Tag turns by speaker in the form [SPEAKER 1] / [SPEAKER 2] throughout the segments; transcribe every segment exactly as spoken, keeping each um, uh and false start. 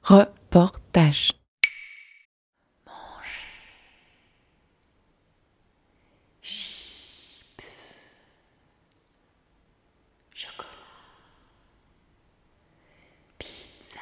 [SPEAKER 1] Reportage.
[SPEAKER 2] Chips, chocolat, pizza,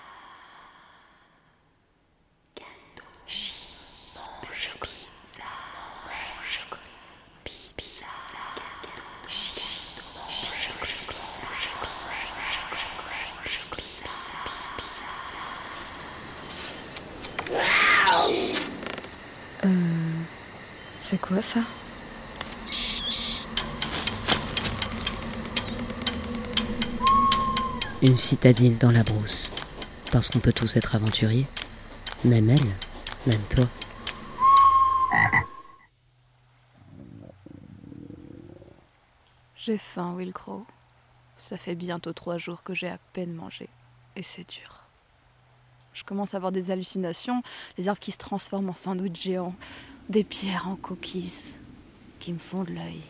[SPEAKER 2] gâteau, chips, chocolat, pizza, chocolat, pizza, gâteau, chips, chocolat,
[SPEAKER 3] Euh... C'est quoi ça?
[SPEAKER 4] Une citadine dans la brousse. Parce qu'on peut tous être aventuriers. Même elle, même toi.
[SPEAKER 3] J'ai faim, Will Crow. Ça fait bientôt trois jours que j'ai à peine mangé. Et c'est dur. Je commence à avoir des hallucinations, les arbres qui se transforment en sandwich géants, des pierres en coquilles qui me font de l'œil.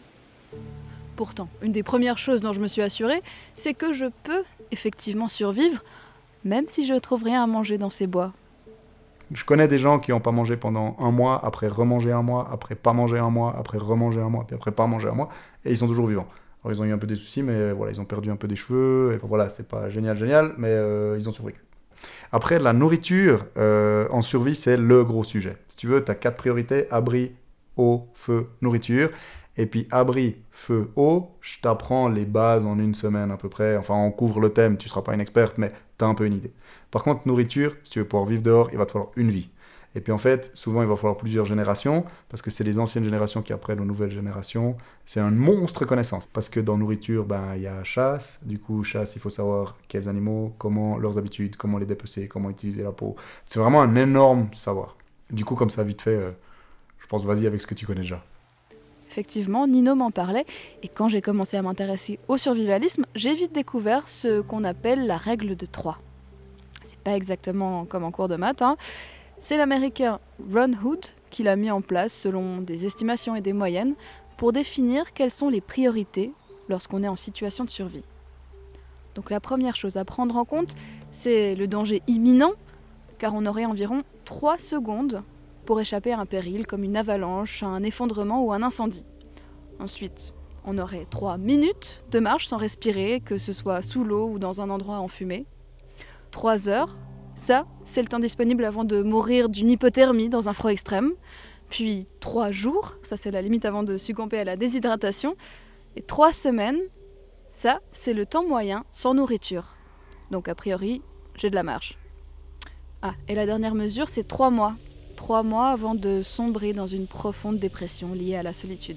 [SPEAKER 3] Pourtant, une des premières choses dont je me suis assurée, c'est que je peux effectivement survivre, même si je ne trouve rien à manger dans ces bois.
[SPEAKER 5] Je connais des gens qui n'ont pas mangé pendant un mois, après remanger un mois, après pas manger un mois, après remanger un mois, puis après pas manger un mois, et ils sont toujours vivants. Alors ils ont eu un peu des soucis, mais voilà, ils ont perdu un peu des cheveux, et voilà, c'est pas génial, génial, mais euh, ils ont survécu. Après, la nourriture euh, en survie, c'est le gros sujet. Si tu veux, tu as quatre priorités: abri, eau, feu, nourriture. Et puis abri, feu, eau, je t'apprends les bases en une semaine à peu près. Enfin, on couvre le thème, tu ne seras pas une experte, mais tu as un peu une idée. Par contre, nourriture, si tu veux pouvoir vivre dehors, il va te falloir une vie. Et puis en fait, souvent, il va falloir plusieurs générations, parce que c'est les anciennes générations qui apprennent aux nouvelles générations. C'est un monstre connaissance. Parce que dans nourriture, ben, il y a chasse. Du coup, chasse, il faut savoir quels animaux, comment leurs habitudes, comment les dépecer, comment utiliser la peau. C'est vraiment un énorme savoir. Du coup, comme ça, vite fait, euh, je pense, vas-y avec ce que tu connais déjà.
[SPEAKER 3] Effectivement, Nino m'en parlait, et quand j'ai commencé à m'intéresser au survivalisme, j'ai vite découvert ce qu'on appelle la règle de trois. C'est pas exactement comme en cours de maths, hein. C'est l'américain Ron Hood qui l'a mis en place selon des estimations et des moyennes pour définir quelles sont les priorités lorsqu'on est en situation de survie. Donc la première chose à prendre en compte, c'est le danger imminent, car on aurait environ trois secondes pour échapper à un péril comme une avalanche, un effondrement ou un incendie. Ensuite, on aurait trois minutes de marche sans respirer, que ce soit sous l'eau ou dans un endroit enfumé. Trois heures, ça, c'est le temps disponible avant de mourir d'une hypothermie dans un froid extrême. Puis trois jours, ça c'est la limite avant de succomber à la déshydratation. Et trois semaines, ça c'est le temps moyen sans nourriture. Donc a priori, j'ai de la marge. Ah, et la dernière mesure, c'est trois mois. Trois mois avant de sombrer dans une profonde dépression liée à la solitude.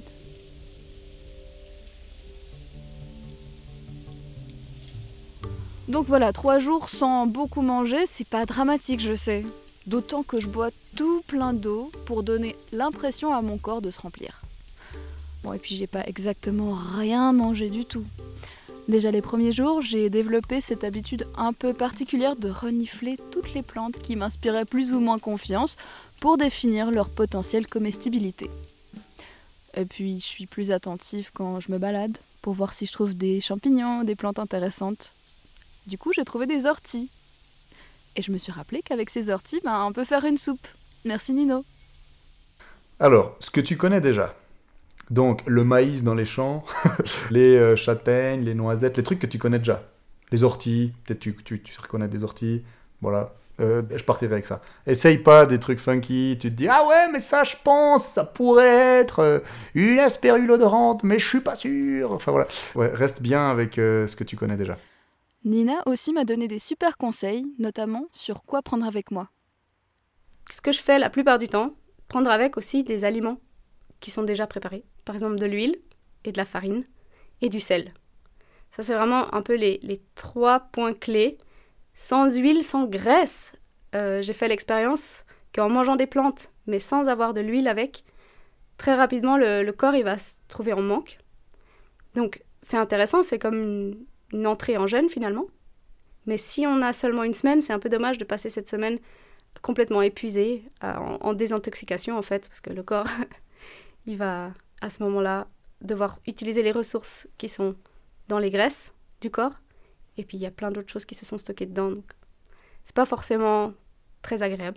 [SPEAKER 3] Donc voilà, trois jours sans beaucoup manger, c'est pas dramatique, je sais. D'autant que je bois tout plein d'eau pour donner l'impression à mon corps de se remplir. Bon, et puis j'ai pas exactement rien mangé du tout. Déjà les premiers jours, j'ai développé cette habitude un peu particulière de renifler toutes les plantes qui m'inspiraient plus ou moins confiance pour définir leur potentielle comestibilité. Et puis je suis plus attentive quand je me balade pour voir si je trouve des champignons, des plantes intéressantes. Du coup, j'ai trouvé des orties. Et je me suis rappelé qu'avec ces orties, ben, on peut faire une soupe. Merci Nino.
[SPEAKER 5] Alors, ce que tu connais déjà. Donc, le maïs dans les champs, les euh, châtaignes, les noisettes, les trucs que tu connais déjà. Les orties, peut-être tu, tu, tu reconnais des orties. Voilà. Euh, je partirai avec ça. Essaye pas des trucs funky. Tu te dis, ah ouais, mais ça, je pense, ça pourrait être euh, une aspérule odorante, mais je suis pas sûr. Enfin voilà. Ouais, reste bien avec euh, ce que tu connais déjà.
[SPEAKER 3] Nina aussi m'a donné des super conseils, notamment sur quoi prendre avec moi.
[SPEAKER 2] Ce que je fais la plupart du temps, prendre avec aussi des aliments qui sont déjà préparés. Par exemple de l'huile et de la farine et du sel. Ça, c'est vraiment un peu les, les trois points clés. Sans huile, sans graisse. Euh, j'ai fait l'expérience qu'en mangeant des plantes, mais sans avoir de l'huile avec, très rapidement, le, le corps il va se trouver en manque. Donc, c'est intéressant, c'est comme une, une entrée en jeûne finalement. Mais si on a seulement une semaine, c'est un peu dommage de passer cette semaine complètement épuisé, en, en désintoxication en fait, parce que le corps, il va à ce moment-là devoir utiliser les ressources qui sont dans les graisses du corps, et puis il y a plein d'autres choses qui se sont stockées dedans, donc c'est pas forcément très agréable.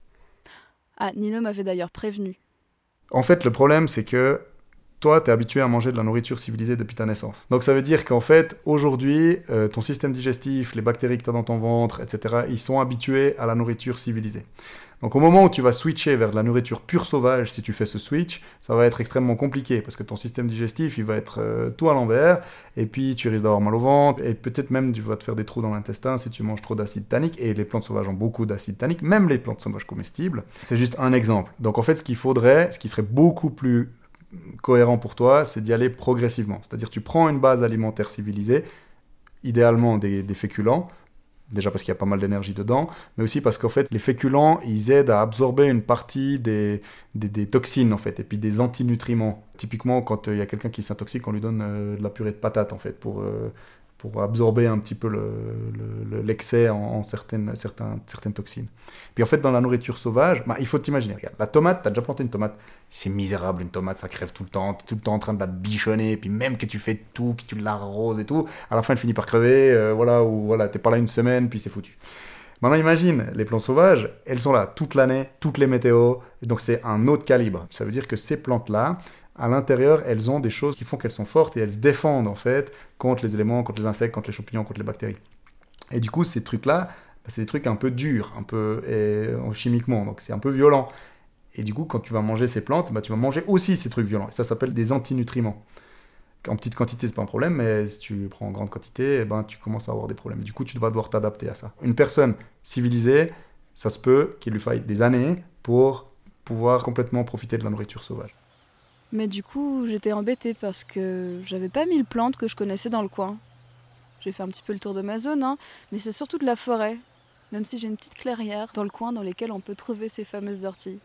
[SPEAKER 3] Ah, Nino m'avait d'ailleurs prévenu.
[SPEAKER 5] En fait, le problème, c'est que toi, tu es habitué à manger de la nourriture civilisée depuis ta naissance. Donc ça veut dire qu'en fait, aujourd'hui, euh, ton système digestif, les bactéries que tu as dans ton ventre, et cetera, ils sont habitués à la nourriture civilisée. Donc au moment où tu vas switcher vers de la nourriture pure sauvage, si tu fais ce switch, ça va être extrêmement compliqué parce que ton système digestif, il va être euh, tout à l'envers et puis tu risques d'avoir mal au ventre et peut-être même tu vas te faire des trous dans l'intestin si tu manges trop d'acide tannique, et les plantes sauvages ont beaucoup d'acide tannique, même les plantes sauvages comestibles. C'est juste un exemple. Donc en fait, ce qu'il faudrait, ce qui serait beaucoup plus cohérent pour toi, c'est d'y aller progressivement. C'est-à-dire tu prends une base alimentaire civilisée, idéalement des, des féculents, déjà parce qu'il y a pas mal d'énergie dedans, mais aussi parce qu'en fait, les féculents, ils aident à absorber une partie des, des, des toxines, en fait, et puis des antinutriments. Typiquement, quand il euh, y a quelqu'un qui s'intoxique, on lui donne euh, de la purée de patates, en fait, pour, euh, pour absorber un petit peu le, le, l'excès en, en certaines, certains, certaines toxines. Puis en fait, dans la nourriture sauvage, bah, il faut t'imaginer, regarde, la tomate, t'as déjà planté une tomate, c'est misérable une tomate, ça crève tout le temps, t'es tout le temps en train de la bichonner, puis même que tu fais tout, que tu l'arroses et tout, à la fin elle finit par crever, euh, voilà, ou voilà, t'es pas là une semaine, puis c'est foutu. Maintenant imagine, les plantes sauvages, elles sont là toute l'année, toutes les météos, et donc c'est un autre calibre. Ça veut dire que ces plantes-là, à l'intérieur, elles ont des choses qui font qu'elles sont fortes et elles se défendent en fait contre les éléments, contre les insectes, contre les champignons, contre les bactéries. Et du coup, ces trucs-là, bah, c'est des trucs un peu durs, un peu et, chimiquement, donc c'est un peu violent. Et du coup, quand tu vas manger ces plantes, bah, tu vas manger aussi ces trucs violents. Et ça s'appelle des antinutriments. En petite quantité, c'est pas un problème, mais si tu prends en grande quantité, eh ben, tu commences à avoir des problèmes. Et du coup, tu vas devoir t'adapter à ça. Une personne civilisée, ça se peut qu'il lui faille des années pour pouvoir complètement profiter de la nourriture sauvage.
[SPEAKER 3] Mais du coup, j'étais embêtée parce que j'avais pas mille plantes que je connaissais dans le coin. J'ai fait un petit peu le tour de ma zone, hein, mais c'est surtout de la forêt. Même si j'ai une petite clairière dans le coin dans lesquelles on peut trouver ces fameuses orties.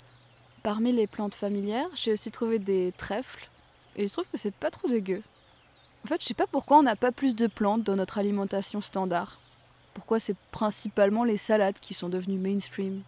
[SPEAKER 3] Parmi les plantes familières, j'ai aussi trouvé des trèfles, et il se trouve que c'est pas trop dégueu. En fait, je sais pas pourquoi on n'a pas plus de plantes dans notre alimentation standard. Pourquoi c'est principalement les salades qui sont devenues mainstream.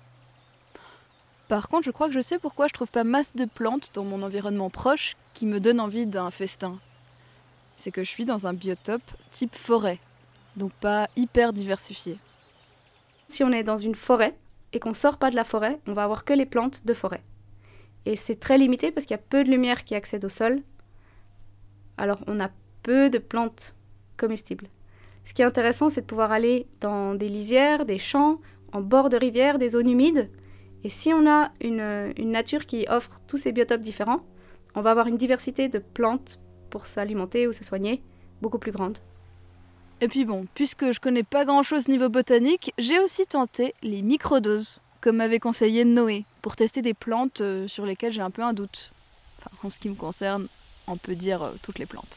[SPEAKER 3] Par contre, je crois que je sais pourquoi je trouve pas masse de plantes dans mon environnement proche qui me donnent envie d'un festin. C'est que je suis dans un biotope type forêt, donc pas hyper diversifié.
[SPEAKER 2] Si on est dans une forêt et qu'on sort pas de la forêt, on va avoir que les plantes de forêt. Et c'est très limité parce qu'il y a peu de lumière qui accède au sol. Alors on a peu de plantes comestibles. Ce qui est intéressant, c'est de pouvoir aller dans des lisières, des champs, en bord de rivières, des zones humides. Et si on a une, une nature qui offre tous ces biotopes différents, on va avoir une diversité de plantes pour s'alimenter ou se soigner beaucoup plus grande.
[SPEAKER 3] Et puis bon, puisque je connais pas grand-chose niveau botanique, j'ai aussi tenté les microdoses, comme m'avait conseillé Noé, pour tester des plantes sur lesquelles j'ai un peu un doute. Enfin, en ce qui me concerne, on peut dire euh, toutes les plantes.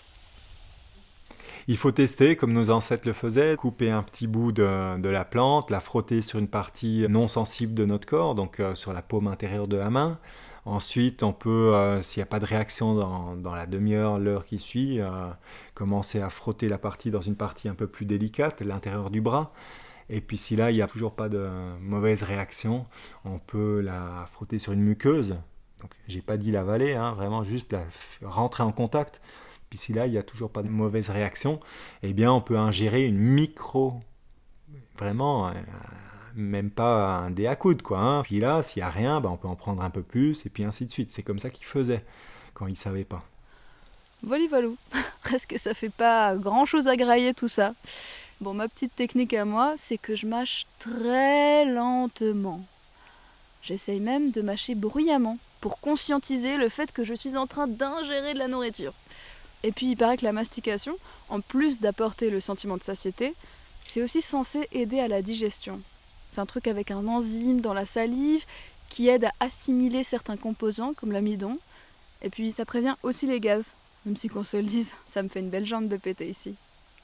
[SPEAKER 1] Il faut tester comme nos ancêtres le faisaient, couper un petit bout de, de la plante, la frotter sur une partie non sensible de notre corps, donc euh, sur la paume intérieure de la main. Ensuite, on peut, euh, s'il n'y a pas de réaction dans, dans la demi-heure, l'heure qui suit, euh, commencer à frotter la partie dans une partie un peu plus délicate, l'intérieur du bras. Et puis si là, il n'y a toujours pas de mauvaise réaction, on peut la frotter sur une muqueuse. Donc, j'ai pas dit l'avaler, hein, vraiment juste la rentrer en contact. Puis si là, il n'y a toujours pas de mauvaise réaction, eh bien, on peut ingérer une micro, vraiment, euh, même pas un dé à coude, quoi. Hein. Puis là, s'il n'y a rien, bah, on peut en prendre un peu plus, et puis ainsi de suite. C'est comme ça qu'ils faisaient quand ils ne savaient pas.
[SPEAKER 3] Volivalou, presque ça fait pas grand-chose à grailler tout ça. Bon, ma petite technique à moi, c'est que je mâche très lentement. J'essaye même de mâcher bruyamment, pour conscientiser le fait que je suis en train d'ingérer de la nourriture. Et puis il paraît que la mastication, en plus d'apporter le sentiment de satiété, c'est aussi censé aider à la digestion. C'est un truc avec un enzyme dans la salive qui aide à assimiler certains composants comme l'amidon. Et puis ça prévient aussi les gaz. Même si qu'on se le dise, ça me fait une belle jambe de péter ici.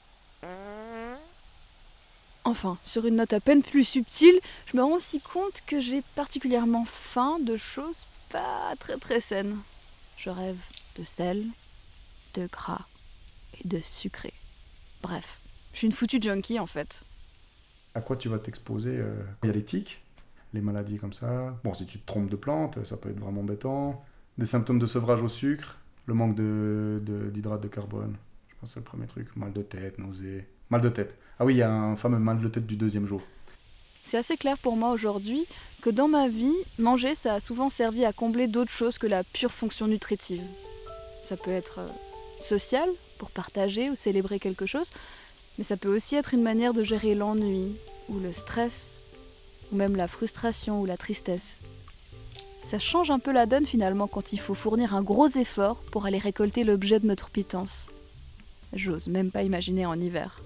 [SPEAKER 3] Enfin, sur une note à peine plus subtile, je me rends aussi compte que j'ai particulièrement faim de choses pas très très saines. Je rêve de sel, de gras et de sucré. Bref, je suis une foutue junkie en fait.
[SPEAKER 5] À quoi tu vas t'exposer euh, Il y a les tiques, les maladies comme ça. Bon, si tu te trompes de plante, ça peut être vraiment embêtant. Des symptômes de sevrage au sucre, le manque de, de, d'hydrate de carbone. Je pense que c'est le premier truc. Mal de tête, nausées. Mal de tête. Ah oui, il y a un fameux mal de tête du deuxième jour.
[SPEAKER 3] C'est assez clair pour moi aujourd'hui que dans ma vie, manger, ça a souvent servi à combler d'autres choses que la pure fonction nutritive. Ça peut être euh, social, pour partager ou célébrer quelque chose, mais ça peut aussi être une manière de gérer l'ennui, ou le stress, ou même la frustration ou la tristesse. Ça change un peu la donne finalement quand il faut fournir un gros effort pour aller récolter l'objet de notre pitance. J'ose même pas imaginer en hiver.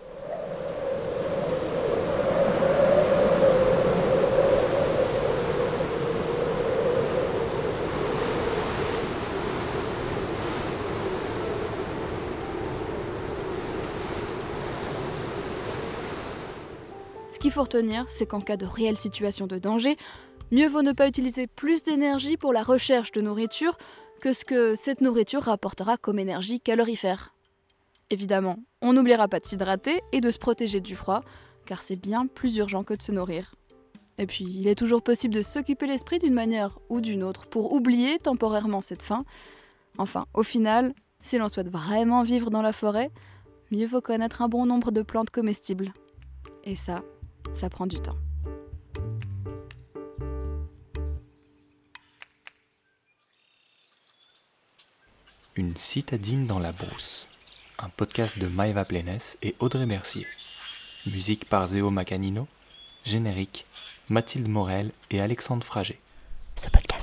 [SPEAKER 3] Ce qu'il faut retenir, c'est qu'en cas de réelle situation de danger, mieux vaut ne pas utiliser plus d'énergie pour la recherche de nourriture que ce que cette nourriture rapportera comme énergie calorifère. Évidemment, on n'oubliera pas de s'hydrater et de se protéger du froid, car c'est bien plus urgent que de se nourrir. Et puis, il est toujours possible de s'occuper l'esprit d'une manière ou d'une autre pour oublier temporairement cette faim. Enfin, au final, si l'on souhaite vraiment vivre dans la forêt, mieux vaut connaître un bon nombre de plantes comestibles. Et ça, ça prend du temps.
[SPEAKER 6] Une citadine dans la brousse. Un podcast de Maëva Plénès et Audrey Mercier. Musique par Zéo Macanino. Générique, Mathilde Morel et Alexandre Frager.
[SPEAKER 4] Ce podcast